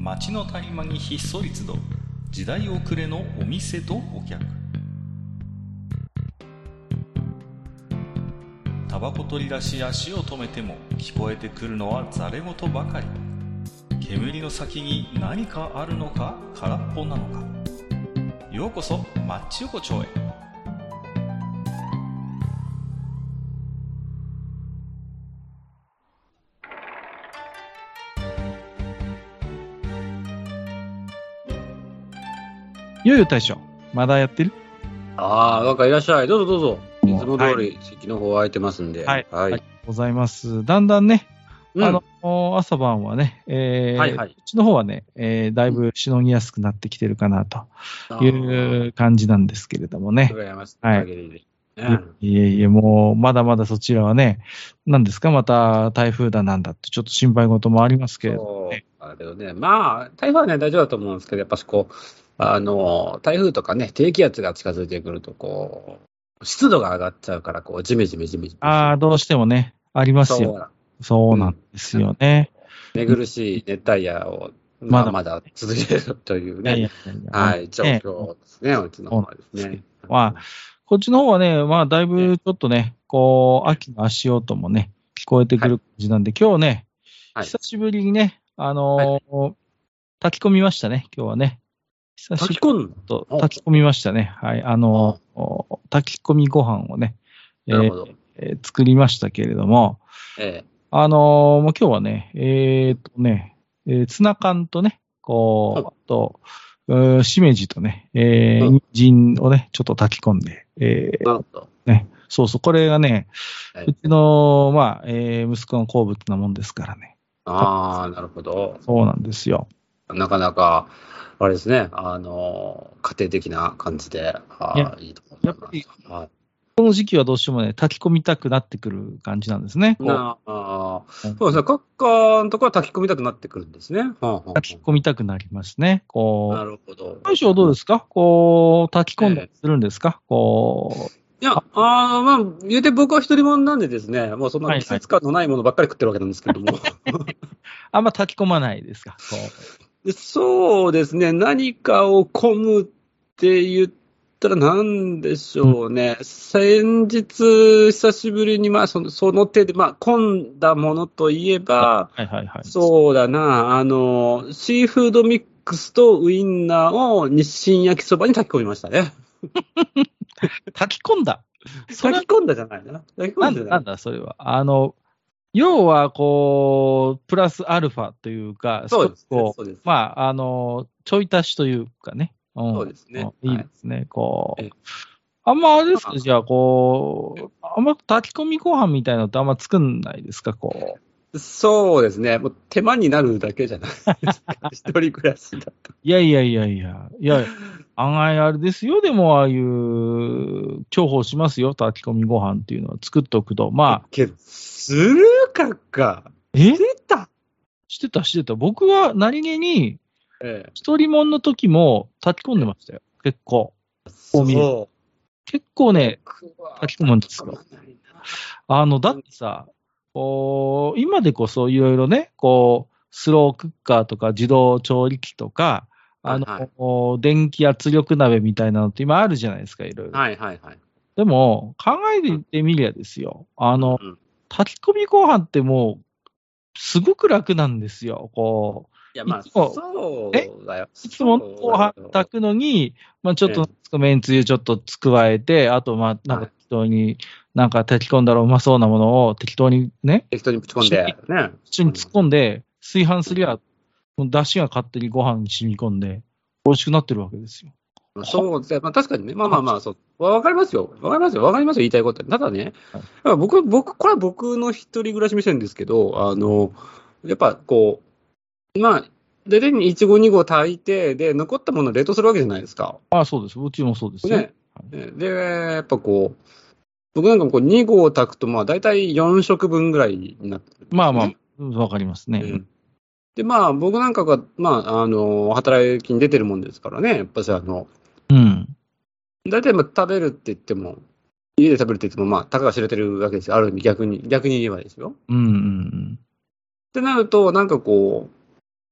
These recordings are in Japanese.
街の谷間にひっそり集う時代遅れのお店とお客。タバコ取り出し足を止めても聞こえてくるのはざれ言ばかり。煙の先に何かあるのか空っぽなのか。ようこそマッチ横丁へ。 よよ大将、まだやってる？ なんかいらっしゃい。どうぞどうぞ。いつも通はり席の方空いてますんで。 はい。 はい。 ありがとうございます。だんだんね、朝晩はね、 はいはいこっちの方はね、だいぶしのぎやすくなってきてるかなという感じなんですけれどもね。 羨ましいはい限りで。 いえいえ、もう、まだまだそちらはね、何ですか、また台風だなんだって、ちょっと心配事もありますけれどもね。 だけどね、まあ、台風はね、大丈夫だと思うんですけど、やっぱしこう、台風とかね、低気圧が近づいてくると、こう、湿度が上がっちゃうから、こう、ジメジメジメジメ。 どうしてもね、ありますよ。そうなんですよね。 寝苦しい熱帯夜を、まだ続けるというね、はい、状況ですね、うちの方はですね。 まあ、こっちの方はね、まあ、だいぶちょっとね、こう、秋の足音もね、聞こえてくる感じなんで、今日ね、久しぶりにね、炊き込みましたね、今日はね。 炊き込みましたね。はい。炊き込みご飯をね、作りましたけれども、今日はね、ツナ缶とね、こう、あと、しめじとね、人参をね、ちょっと炊き込んで、ね、そうそう、これがね、うちの、まあ、息子の好物なもんですからね。 なるほど。 そうなんですよ。 なかなか、あれですね、家庭的な感じで、いいと思います。やっぱり、 この時期はどうしてもね、炊き込みたくなってくる感じなんですね。 そうですね、カッカーのところは炊き込みたくなってくるんですね。 炊き込みたくなりますね。 なるほど。 大将はどうですか？炊き込んだりするんですか？ いや、まあ、言うて僕は一人者なんでですね、もうそんな季節感のないものばっかり食ってるわけなんですけども。 あんま炊き込まないですか？ そうですね、何かを込むって言ったら何でしょうね。先日、久しぶりに、まあ、その手で、まあ、込んだものといえば、そうだな、シーフードミックスとウインナーを日清焼きそばに炊き込みましたね。 炊き込んだ？ 炊き込んだじゃないな。 なんだ、それは。要は、プラスアルファというか、 そうです。 まあ、ちょい足しというかね。 そうですね。 いいですね。あんまあれですか、じゃあ、あんま炊き込みご飯みたいなのってあんま作んないですか、 そうですね。もう手間になるだけじゃないですか。一人暮らしだと。 いや、案外あれですよ。でも、ああいう、重宝しますよ。炊き込みご飯っていうのは作っておくと。まあ。 するか。 してた。僕は何気に、一人もんの時も炊き込んでましたよ。結構。結構ね、炊き込むんですよ。だってさ、今でこそいろいろね、スロークッカーとか自動調理器とか、電気圧力鍋みたいなのって今あるじゃないですか、いろいろ。でも、考えてみりゃですよ。炊き込みご飯ってもう、すごく楽なんですよ。 いや、まあ、そうだよ。 いつもご飯炊くのに、まあちょっとめんつゆちょっと加えて、あとまあなんか適当に、なんか炊き込んだらうまそうなものを適当にね。 適当にぶち込んで、ね。 一緒に突っ込んで、炊飯すりゃ、出汁が勝手にご飯に染み込んで、美味しくなってるわけですよ。 そうですね。まあ確かにね。まあ、そう。わかりますよ。言いたいこと。ただね、これは僕の一人暮らし目線ですけど、やっぱまあ、大体に1合2合炊いて、で、残ったものを冷凍するわけじゃないですか。 そうです。うちもそうですね。 で、やっぱ僕なんか2合炊くと、まあ、大体4食分ぐらいになってる、ね。 まあ、わかりますね。 で、まあ、僕なんかが、まあ、働きに出てるもんですからね、やっぱし大体食べるって言っても、家で食べるって言っても、まあ、たかが知れてるわけですよ。ある意味逆に言えばですよ。ってなると、なんか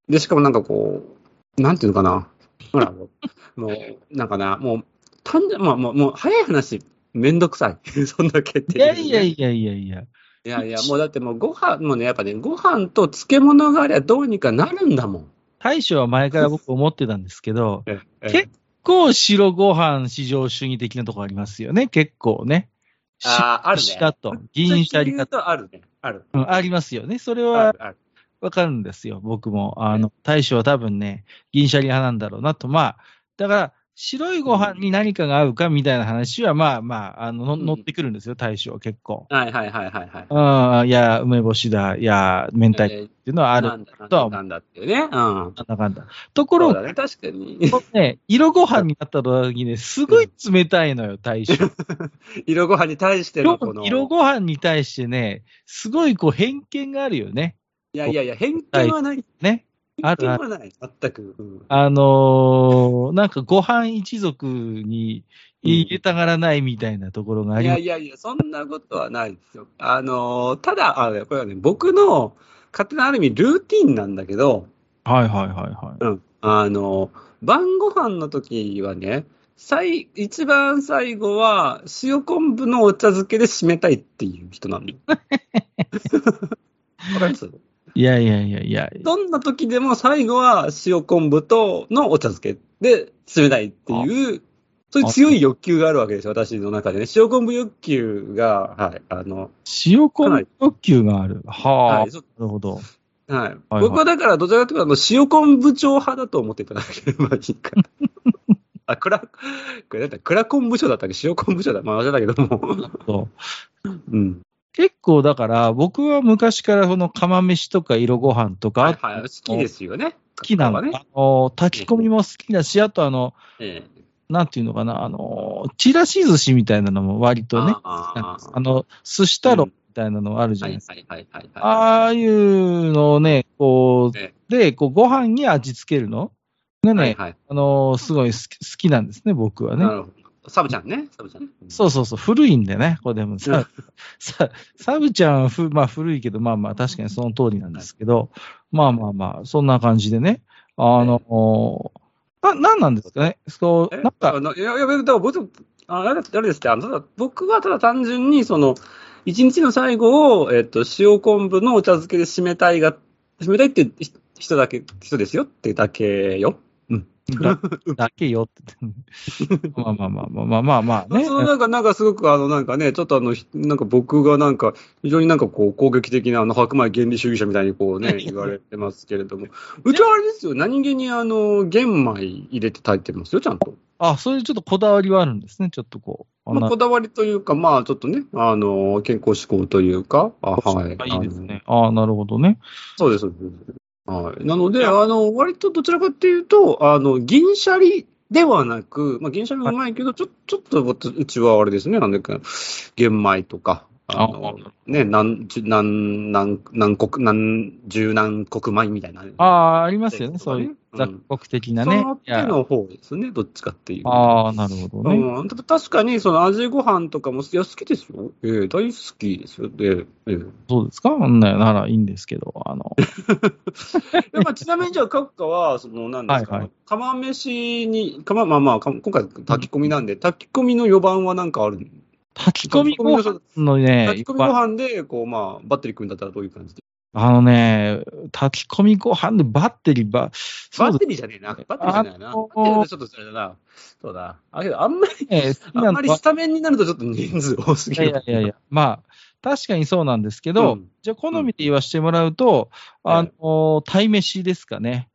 で、しかもなんかこう、なんていうのかな。ほら、もう、なんかな、もう、もう、早い話、めんどくさい。そんだけっていやいう、ね。 いやいやいやいや。 いやいや、もうだってもうご飯もね、やっぱね、ご飯と漬物がありゃどうにかなるんだもん。 大将は前から僕思ってたんですけど、 ええ結構白ご飯至上主義的なとこありますよね。結構ね。 あるね。 だと。銀シャリだと。 あるね。ある。 ありますよね。それはある。 わかるんですよ。僕も。大将は多分ね、銀シャリ派なんだろうなと。まあ、だから、白いご飯に何かが合うかみたいな話は、まあ、乗ってくるんですよ、大将は結構。いや、梅干しだ、いや、明太子っていうのはあるなんだっていうね。 なんだかんだ。ところが、 そうだね、確かに。 ね、色ご飯になった時ね、すごい冷たいのよ、大将。 色ご飯に対してのこの。 色ご飯に対してね、すごいこう偏見があるよね。 いや、偏見はない。 ね。 偏見はない。全く。 なんかご飯一族に入れたがらないみたいなところがあります。 いや、そんなことはないですよ。ただ、これはね、僕の勝手なある意味ルーティンなんだけど、 はい。 晩ご飯の時はね、一番最後は塩昆布のお茶漬けで締めたいっていう人なの。わかります？ いや。 どんな時でも最後は塩昆布とのお茶漬けで締めたいっていう、そういう強い欲求があるわけですよ、私の中でね。塩昆布欲求が、はい、 塩昆布欲求がある。はい、なるほど。 はい。僕はだから、どちらかというと、塩昆布町派だと思っていただければいいかな。クラ昆布町だったっけ、塩昆布町だ。まあ、忘れたけども。うん。 結構だから、僕は昔からこの釜飯とか色ご飯とか、 好きですよね。 好きなのね。炊き込みも好きだし、あとなんていうのかな、ちらし寿司みたいなのも割とね、寿司太郎みたいなのあるじゃないですか。ああいうのをね、こう、ご飯に味付けるのがね、すごい好きなんですね、僕はね。 なるほど。サブちゃんね。 そう。古いんでね、これでもサブちゃんはまあ古いけど、まあ確かにその通りなんですけど、まあ、そんな感じでね、なんなんですかね、なんか。 だから僕はただ単純に、一日の最後を、塩昆布のお茶漬けで締めたいって人ですよってだけよ。 だけよって。まあね。 なんかすごくなんかね、ちょっとなんか僕がなんか、非常になんかこう攻撃的な白米原理主義者みたいにこうね、言われてますけれども。うちはあれですよ、何気に玄米入れて炊いてますよ、ちゃんと。 そういうちょっとこだわりはあるんですね、ちょっとこう。 こだわりというか、まあちょっとね、健康志向というか、はい。 いいですね。なるほどね。 そうです。はい。なので、割とどちらかっていうと、銀シャリではなく、銀シャリもうまいけど、ちょっとうちはあれですね、玄米とか、ね、十何国米みたいな。 ありますよね、そういう。雑国的なね。 その手の方ですね、どっちかっていう。 なるほどね。 確かに、味ご飯とかも好きですよ。大好きですよ。 そうですかならいいんですけど、 ちなみにじゃあ、閣下は、何ですか、釜飯に、今回炊き込みなんで、炊き込みの4番は何かあるの？ 炊き込みご飯のね、 炊き込みご飯で、バッテリー組んだったらどういう感じで？ 炊き込みご飯でバッテリーじゃねえな。バッテリーじゃないな。バッテリーはちょっとそれだな。そうだ。あんまりスタメンになるとちょっと人数多すぎる。 いや。まあ、確かにそうなんですけど、じゃあ好みで言わせてもらうと、鯛めしですかね。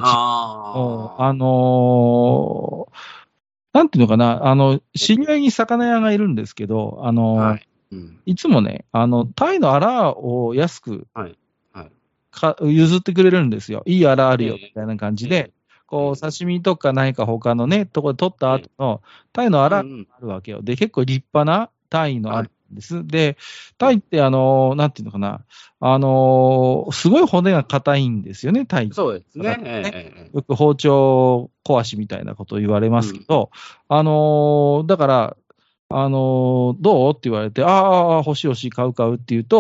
なんていうのかな、知り合いに魚屋がいるんですけど、いつもね、タイのアラを安く、譲ってくれるんですよ。いいアラあるよ、みたいな感じで、刺身とか何か他のね、ところで取った後の、タイのアラがあるわけよ。で、結構立派なタイのアラです。で、タイって、なんていうのかな、すごい骨が硬いんですよね、タイって。 そうですね。 よく包丁壊しみたいなことを言われますけど、だから、どうって言われて、欲しい買うって言うと、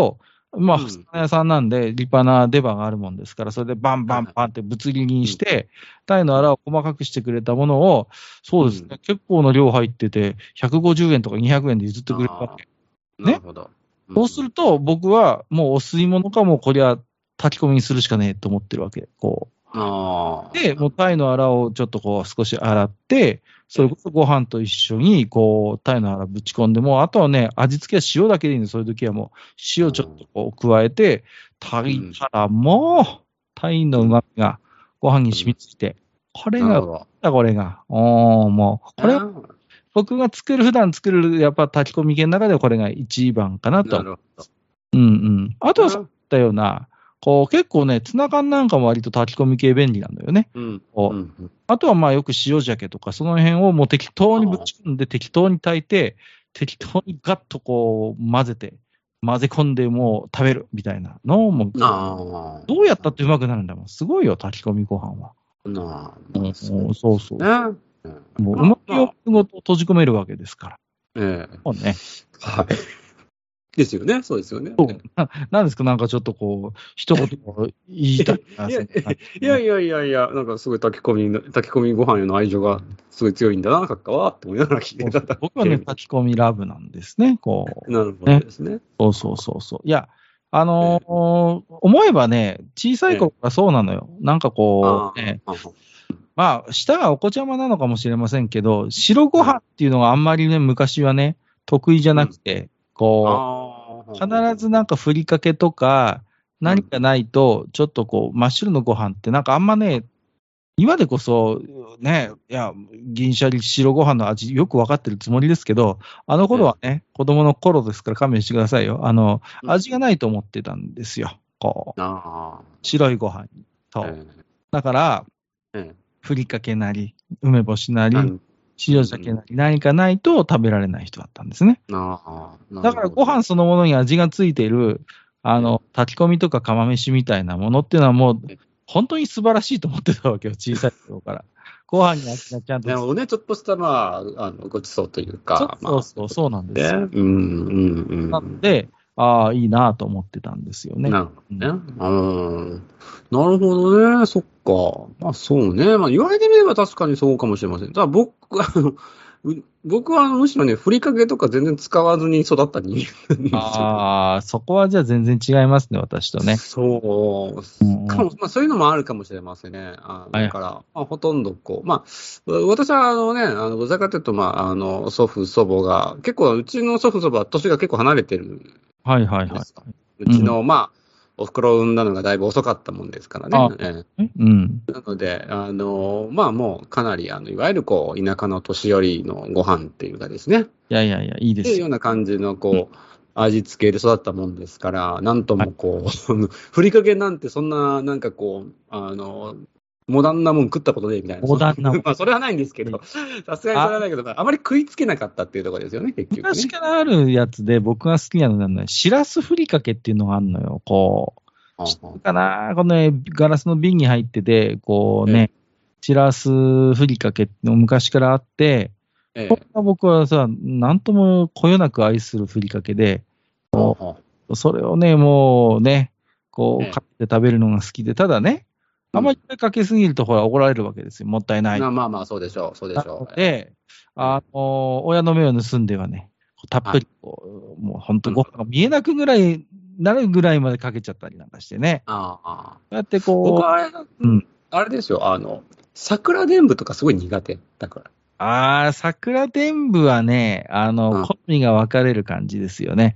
まあ、魚屋さんなんで立派な出番があるもんですから、それでバンバンバンってぶつ切りにして、鯛のアラを細かくしてくれたものを、そうですね、結構な量入ってて、150円とか200円で譲ってくれたわけ。 なるほど。 そうすると、僕はもうお吸い物かもこりゃ炊き込みにするしかねえと思ってるわけ。こう。で、もう鯛のアラをちょっとこう少し洗って、それこそご飯と一緒に、こう、鯛のアラぶち込んで、もうあとはね、味付けは塩だけでいいんです。そういう時はもう、塩ちょっとこう加えて、炊いたらもう、鯛の旨味がご飯に染みついて、これが、これが。もう、これ、僕が普段作る、やっぱ炊き込み系の中ではこれが一番かなと。なるほど。あとはそういったような、こう結構ね、ツナ缶なんかも割と炊き込み系便利なんだよね。あとはまあよく塩鮭とかその辺をもう適当にぶち込んで適当に炊いて、適当にガッとこう混ぜ込んでもう食べるみたいなのをもう、どうやったってうまくなるんだもん。すごいよ、炊き込みご飯は。そうそう。もううまみをごと閉じ込めるわけですから。もうね。 はい。ですよね。そうですよね。 なんですか、なんかちょっとこう、一言言いたいな。 いや、なんかすごい炊き込みご飯への愛情がすごい強いんだな、閣下は、って思いながら聞いてた。 僕はね、炊き込みラブなんですね、こう。 なるほどですね。 そう。いや、思えばね、小さい頃からそうなのよ。なんかこう、ね、まあ、舌がお子ちゃまなのかもしれませんけど、白ご飯っていうのがあんまりね、昔はね、得意じゃなくて、こう、必ずなんかふりかけとか、何かないと、ちょっとこう、真っ白のご飯ってなんかあんまね、今でこそ、ね、いや、銀シャリ白ご飯の味よくわかってるつもりですけど、あの頃はね、子供の頃ですから勘弁してくださいよ。味がないと思ってたんですよ。こう、白いご飯と。だから、ふりかけなり、梅干しなり、塩鮭なり、何かないと食べられない人だったんですね。だからご飯そのものに味がついている、炊き込みとか釜飯みたいなものっていうのはもう、本当に素晴らしいと思ってたわけよ、小さい頃から。ご飯に味がちゃんと。 なるほどね、ちょっとした、まあ、ごちそうというか。 そうなんですよ。なので、いいなと思ってたんですよね。 なるほどね。なるほどね。そっか。まあそうね。まあ言われてみれば確かにそうかもしれません。ただ僕はむしろね、ふりかけとか全然使わずに育った人間なんですよ。 そこはじゃあ全然違いますね、私とね。 そう。まあそういうのもあるかもしれませんね。だから、まあ、ほとんどこう、まあ、私はどちらかというと、まあ、祖父、祖母が、結構、うちの祖父、祖母は年が結構離れてる。うちの、まあ、お袋を産んだのがだいぶ遅かったもんですからね。なので、まあもうかなり、いわゆるこう、田舎の年寄りのご飯っていうかですね。 いいですよ。 っていうような感じの、こう、味付けで育ったもんですから、なんともこう、ふりかけなんてそんな、なんかこう、モダンなもん食ったことでみたいな。 モダンなもん。 まあ、それはないんですけど、さすがにそれはないけど、あまり食いつけなかったっていうところですよね、結局、ね。 昔からあるやつで、僕が好きなのはね、しらすふりかけっていうのがあるのよ、こう。知ってるかな、このね、ガラスの瓶に入ってて、こうね、しらすふりかけっての昔からあって、これは僕はさ、なんともこよなく愛するふりかけで、それをね、もうね、こう、買って食べるのが好きで、ただね、あんまりかけすぎると、ほら、怒られるわけですよ。もったいない。 まあ、そうでしょう。 で、親の目を盗んではね、たっぷり、もう本当ご飯が見えなくなるぐらいまでかけちゃったりなんかしてね。そうやってこう。 僕はあれですよ、桜でんぶとかすごい苦手だから。 桜でんぶはね、好みが分かれる感じですよね。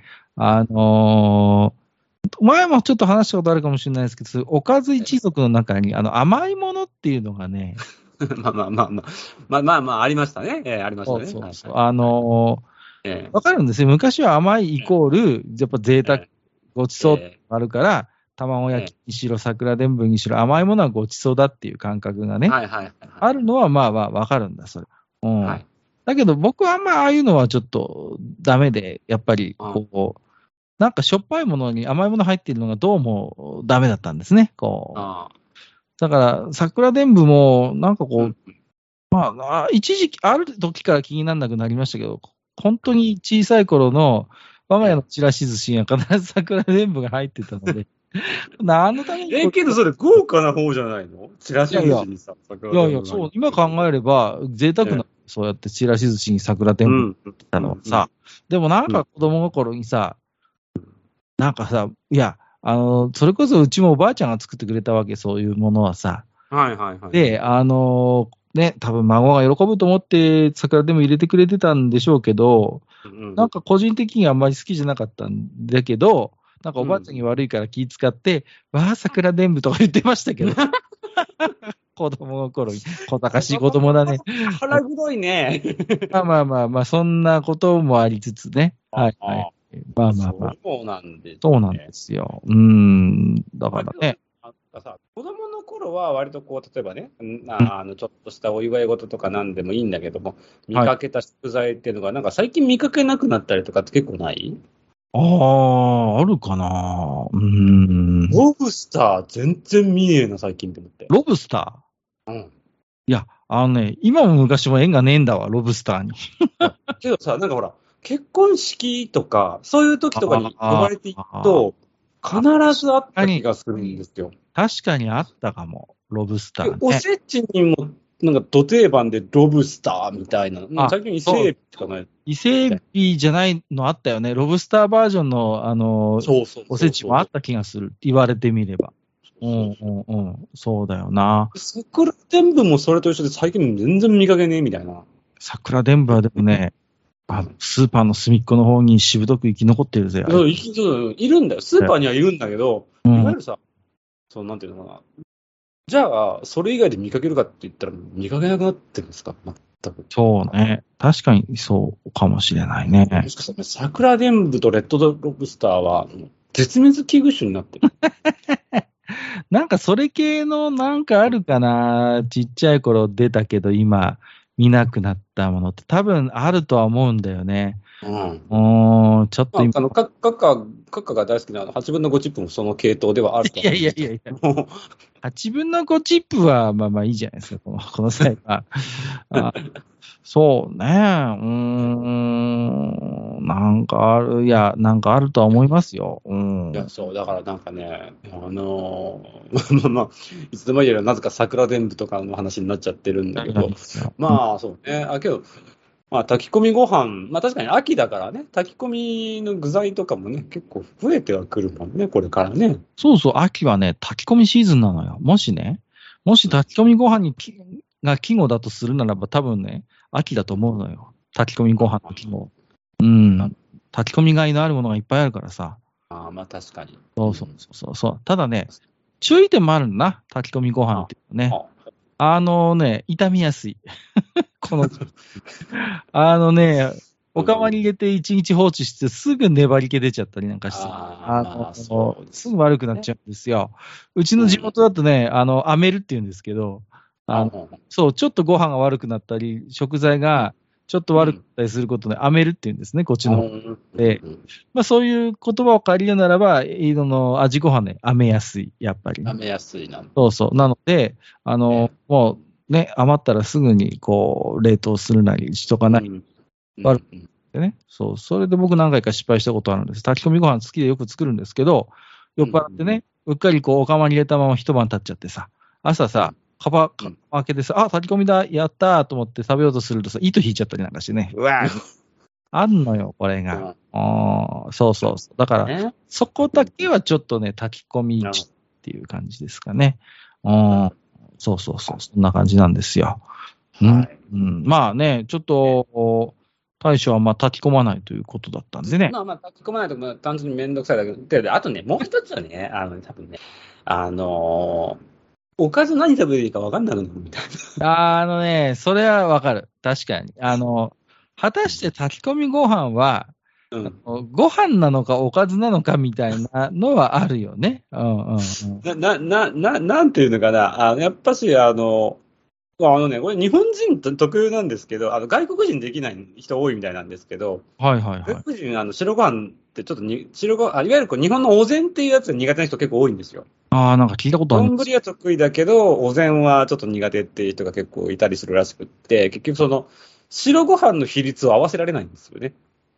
前もちょっと話したことあるかもしれないですけど、おかず一族の中に、甘いものっていうのがね。 まあ、ありましたね。ありましたね。 そう。わかるんですよ。昔は甘いイコール、やっぱ贅沢、ごちそうってあるから、卵焼きにしろ、桜でんぶにしろ、甘いものはごちそうだっていう感覚がね。あるのはまあわかるんだ、それ。だけど僕はあんまああいうのはちょっとダメで、やっぱり、こう、なんかしょっぱいものに甘いもの入っているのがどうもダメだったんですね。こう。だから、桜でんぶも、なんかこう、まあ、一時期、ある時から気にならなくなりましたけど、本当に小さい頃の、 我が家のちらし寿司には必ず桜伝舞が入ってたので、何のために。 けどそれ豪華な方じゃないの？ちらし寿司にさ、 桜伝舞。いやいや、そう、今考えれば、贅沢な、そうやってちらし寿司に桜伝舞ってたのはさ、でもなんか子供心にさ、なんかさ、いや、それこそうちもおばあちゃんが作ってくれたわけ、そういうものはさ。 はいはいはい。 で、ね、多分孫が喜ぶと思って桜でも入れてくれてたんでしょうけど、なんか個人的にはあんまり好きじゃなかったんだけど、なんかおばあちゃんに悪いから気遣って、わあ、桜伝舞とか言ってましたけど。子供の頃に。小賢しい子供だね。 腹黒いね。 まあ、そんなこともありつつね。はいはい。まあ。 そうなんです、ね。 そうなんですよ。だからね。 子供の頃は割とこう、例えばね、ちょっとしたお祝い事とかなんでもいいんだけども、見かけた食材っていうのが、なんか最近見かけなくなったりとかって結構ない？ あるかな。 ロブスター全然見ねえな、最近って思って。 ロブスター？いや、今も昔も縁がねえんだわ、ロブスターに。 けどさ、なんかほら、結婚式とか、そういう時とかに呼ばれていくと、必ずあった気がするんですよ。 確かにあったかも、ロブスター、ね。 おせちにも、なんか、ど定番でロブスターみたいな。最近伊勢エビしかない。 伊勢エビじゃないのあったよね。ロブスターバージョンの、おせちもあった気がする。言われてみれば。そうだよな。 桜伝舞もそれと一緒で最近全然見かけねえみたいな。 桜伝舞はでもね、スーパーの隅っこの方にしぶとく生き残ってるぜ。 いるんだよ。スーパーにはいるんだけど、いわゆるさ、なんていうのかな。じゃあ、それ以外で見かけるかって言ったら見かけなくなってるんですか？全く。 そうね。確かにそうかもしれないね。 もしかしたら桜伝舞とレッドロブスターは絶滅危惧種になってる。 なんかそれ系のなんかあるかな。ちっちゃい頃出たけど今見なくなったものって多分あるとは思うんだよね。ちょっと今。 カッカが大好きな8分の5チップもその系統ではあると思う。 いや。8分の5チップはまあいいじゃないですか、この際は。そうね。なんかあるとは思いますよ。 いや、そう、だからなんかね、いつでもいいよ、なぜか桜伝舞とかの話になっちゃってるんだけど、そうね。けど、炊き込みご飯、確かに秋だからね、炊き込みの具材とかもね、結構増えてはくるもんね、これからね。 そう、秋はね、炊き込みシーズンなのよ。もし炊き込みご飯が季語だとするならば、多分ね、秋だと思うのよ。炊き込みご飯の季語。炊き込みがいのあるものがいっぱいあるからさ。 確かに。 そう。ただね、注意点もあるんだな、炊き込みご飯ってね。傷みやすい。おかわり入れて1日放置してすぐ粘り気出ちゃったりなんかして、すぐ悪くなっちゃうんですよ。うちの地元だとね、アメルって言うんですけど、ちょっとご飯が悪くなったり、食材がちょっと悪くなったりすることで、アメルって言うんですね、こっちの。で、そういう言葉を借りるならば、味ご飯ね、飴めやすい、やっぱり。 飴めやすいな。 そう。なので、もうね、余ったらすぐにこう、冷凍するなりしとかない。悪くてね。それで僕何回か失敗したことあるんです。炊き込みご飯好きでよく作るんですけど、酔っ払ってね、うっかりこう、お釜に入れたまま一晩経っちゃってさ、朝さ、開けてさ、炊き込みだ、やったーと思って食べようとするとさ、糸引いちゃったりなんかしてね。うわあんのよ、これが。そう。だから、そこだけはちょっとね、炊き込みっていう感じですかね。そう。そんな感じなんですよ。ちょっと、大将は炊き込まないということだったんでね。 炊き込まないと単純にめんどくさいだけで、あとね、もう一つはね、多分ね、おかず何食べるか分かんなくなるみたいな。それは分かる。確かに。果たして炊き込みご飯は、ご飯なのかおかずなのかみたいなのはあるよね。 なんていうのかな。やっぱし、これ日本人特有なんですけど、外国人できない人多いみたいなんですけど、外国人、白ご飯ってちょっといわゆる日本のお膳っていうやつが苦手な人結構多いんですよ。 なんか聞いたことある。 丼は得意だけど、お膳はちょっと苦手っていう人が結構いたりするらしくって、結局白ご飯の比率を合わせられないんですよね。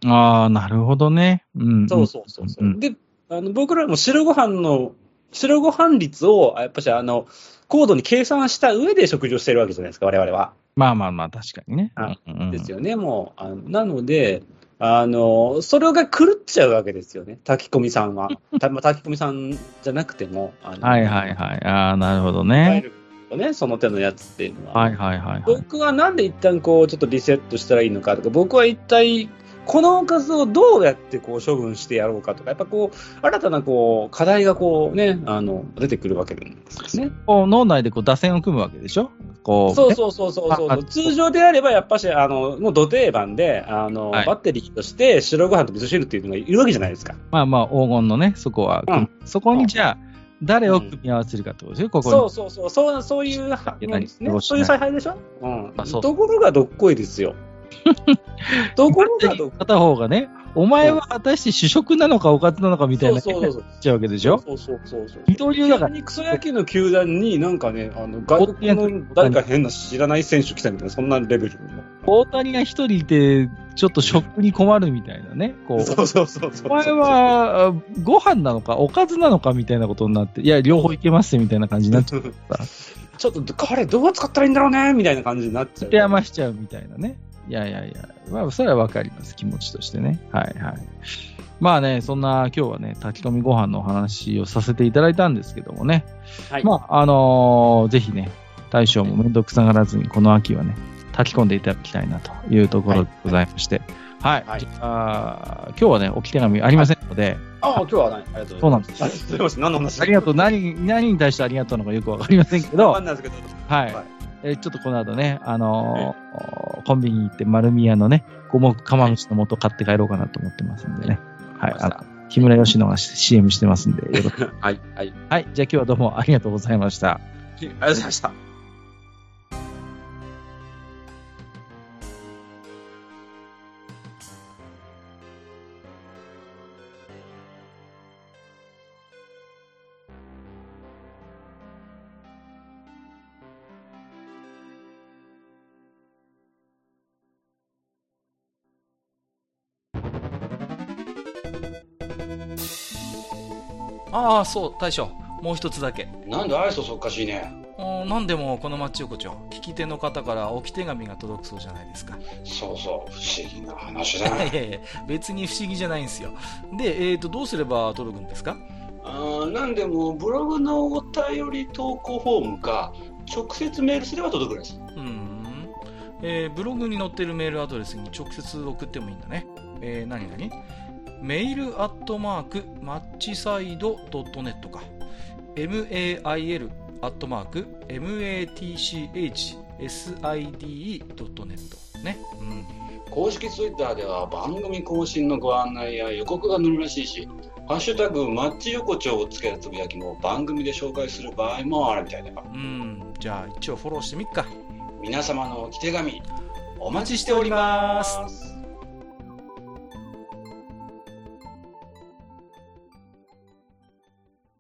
ああ、なるほどね。 そうそうそうそう。で、僕らも白ご飯率を、やっぱし高度に計算した上で食事をしてるわけじゃないですか、我々は。 まあまあまあ、確かにね。 ですよね、もう。なので、それが狂っちゃうわけですよね、炊き込みさんは。炊き込みさんじゃなくても。 はいはいはい。ああ、なるほどね。 その手のやつっていうのは。 はいはいはい。 僕はなんで一旦ちょっとリセットしたらいいのかとか、僕は一体、このおかずをどうやって処分してやろうかとか、やっぱ新たな課題が出てくるわけですね。 脳内で打線を組むわけでしょ。 そう。通常であれば、やっぱし、もう土定番で、バッテリーとして白ご飯と味噌汁っていうのがいるわけじゃないですか。 まあまあ、黄金のね、そこは。そこにじゃあ、誰を組み合わせるかってことですよ、ここに。 そういう、そういう采配でしょ。ところがどっこいですよ。 ところが片方がね、お前は果たして主食なのかおかずなのかみたいな言っちゃうわけでしょ。二刀流だから。 草野球の球団になんかね、外国の誰か変な知らない選手来たみたいな、そんなレベル。 大谷が一人いて、ちょっと食に困るみたいなね。 そう。 お前はご飯なのかおかずなのかみたいなことになって、いや、両方いけますみたいな感じになっちゃうから。 ちょっと彼どう使ったらいいんだろうねみたいな感じになっちゃう。 手余しちゃうみたいなね。いや、まあ、それはわかります、気持ちとしてね。はいはい。まあね、そんな今日はね、炊き込みご飯のお話をさせていただいたんですけどもね。はい、まあ、ぜひね、大将もめんどくさがらずに、この秋はね、炊き込んでいただきたいなというところでございまして。はい。じゃあ、今日はね、置き手紙ありませんので。 今日は何ありがとうございます。そうなんです。ありがとうございます。何の話？ありがとう。 何に対してありがとうのかよくわかりませんけど。 わかんないですけど。 はい。ちょっとこの後ね、コンビニに行って丸宮のね、五目釜飯の素買って帰ろうかなと思ってますんでね。はい。木村佳乃が CM してますんで、よろしく。 はい。 はい。じゃあ今日はどうもありがとうございました。 ありがとうございました。 ああ、そう、大将。もう一つだけ。 なんで愛想そっかしいね。 なんでもこの町横丁、聞き手の方から置き手紙が届くそうじゃないですか。 そう、不思議な話だね。 いや、別に不思議じゃないんですよ。で、どうすれば届くんですか？ なんでもブログのお便り投稿フォームか、直接メールすれば届くんです。 ブログに載ってるメールアドレスに直接送ってもいいんだね。何メールアットマークマッチサイドドットネットか。mail アットマーク matchside.net ね。 公式ツイッターでは番組更新のご案内や予告が載るらしいし、ハッシュタグマッチ横丁をつけるつぶやきも番組で紹介する場合もあるみたいだよ。 じゃあ一応フォローしてみっか。 皆様の置き手紙お待ちしております。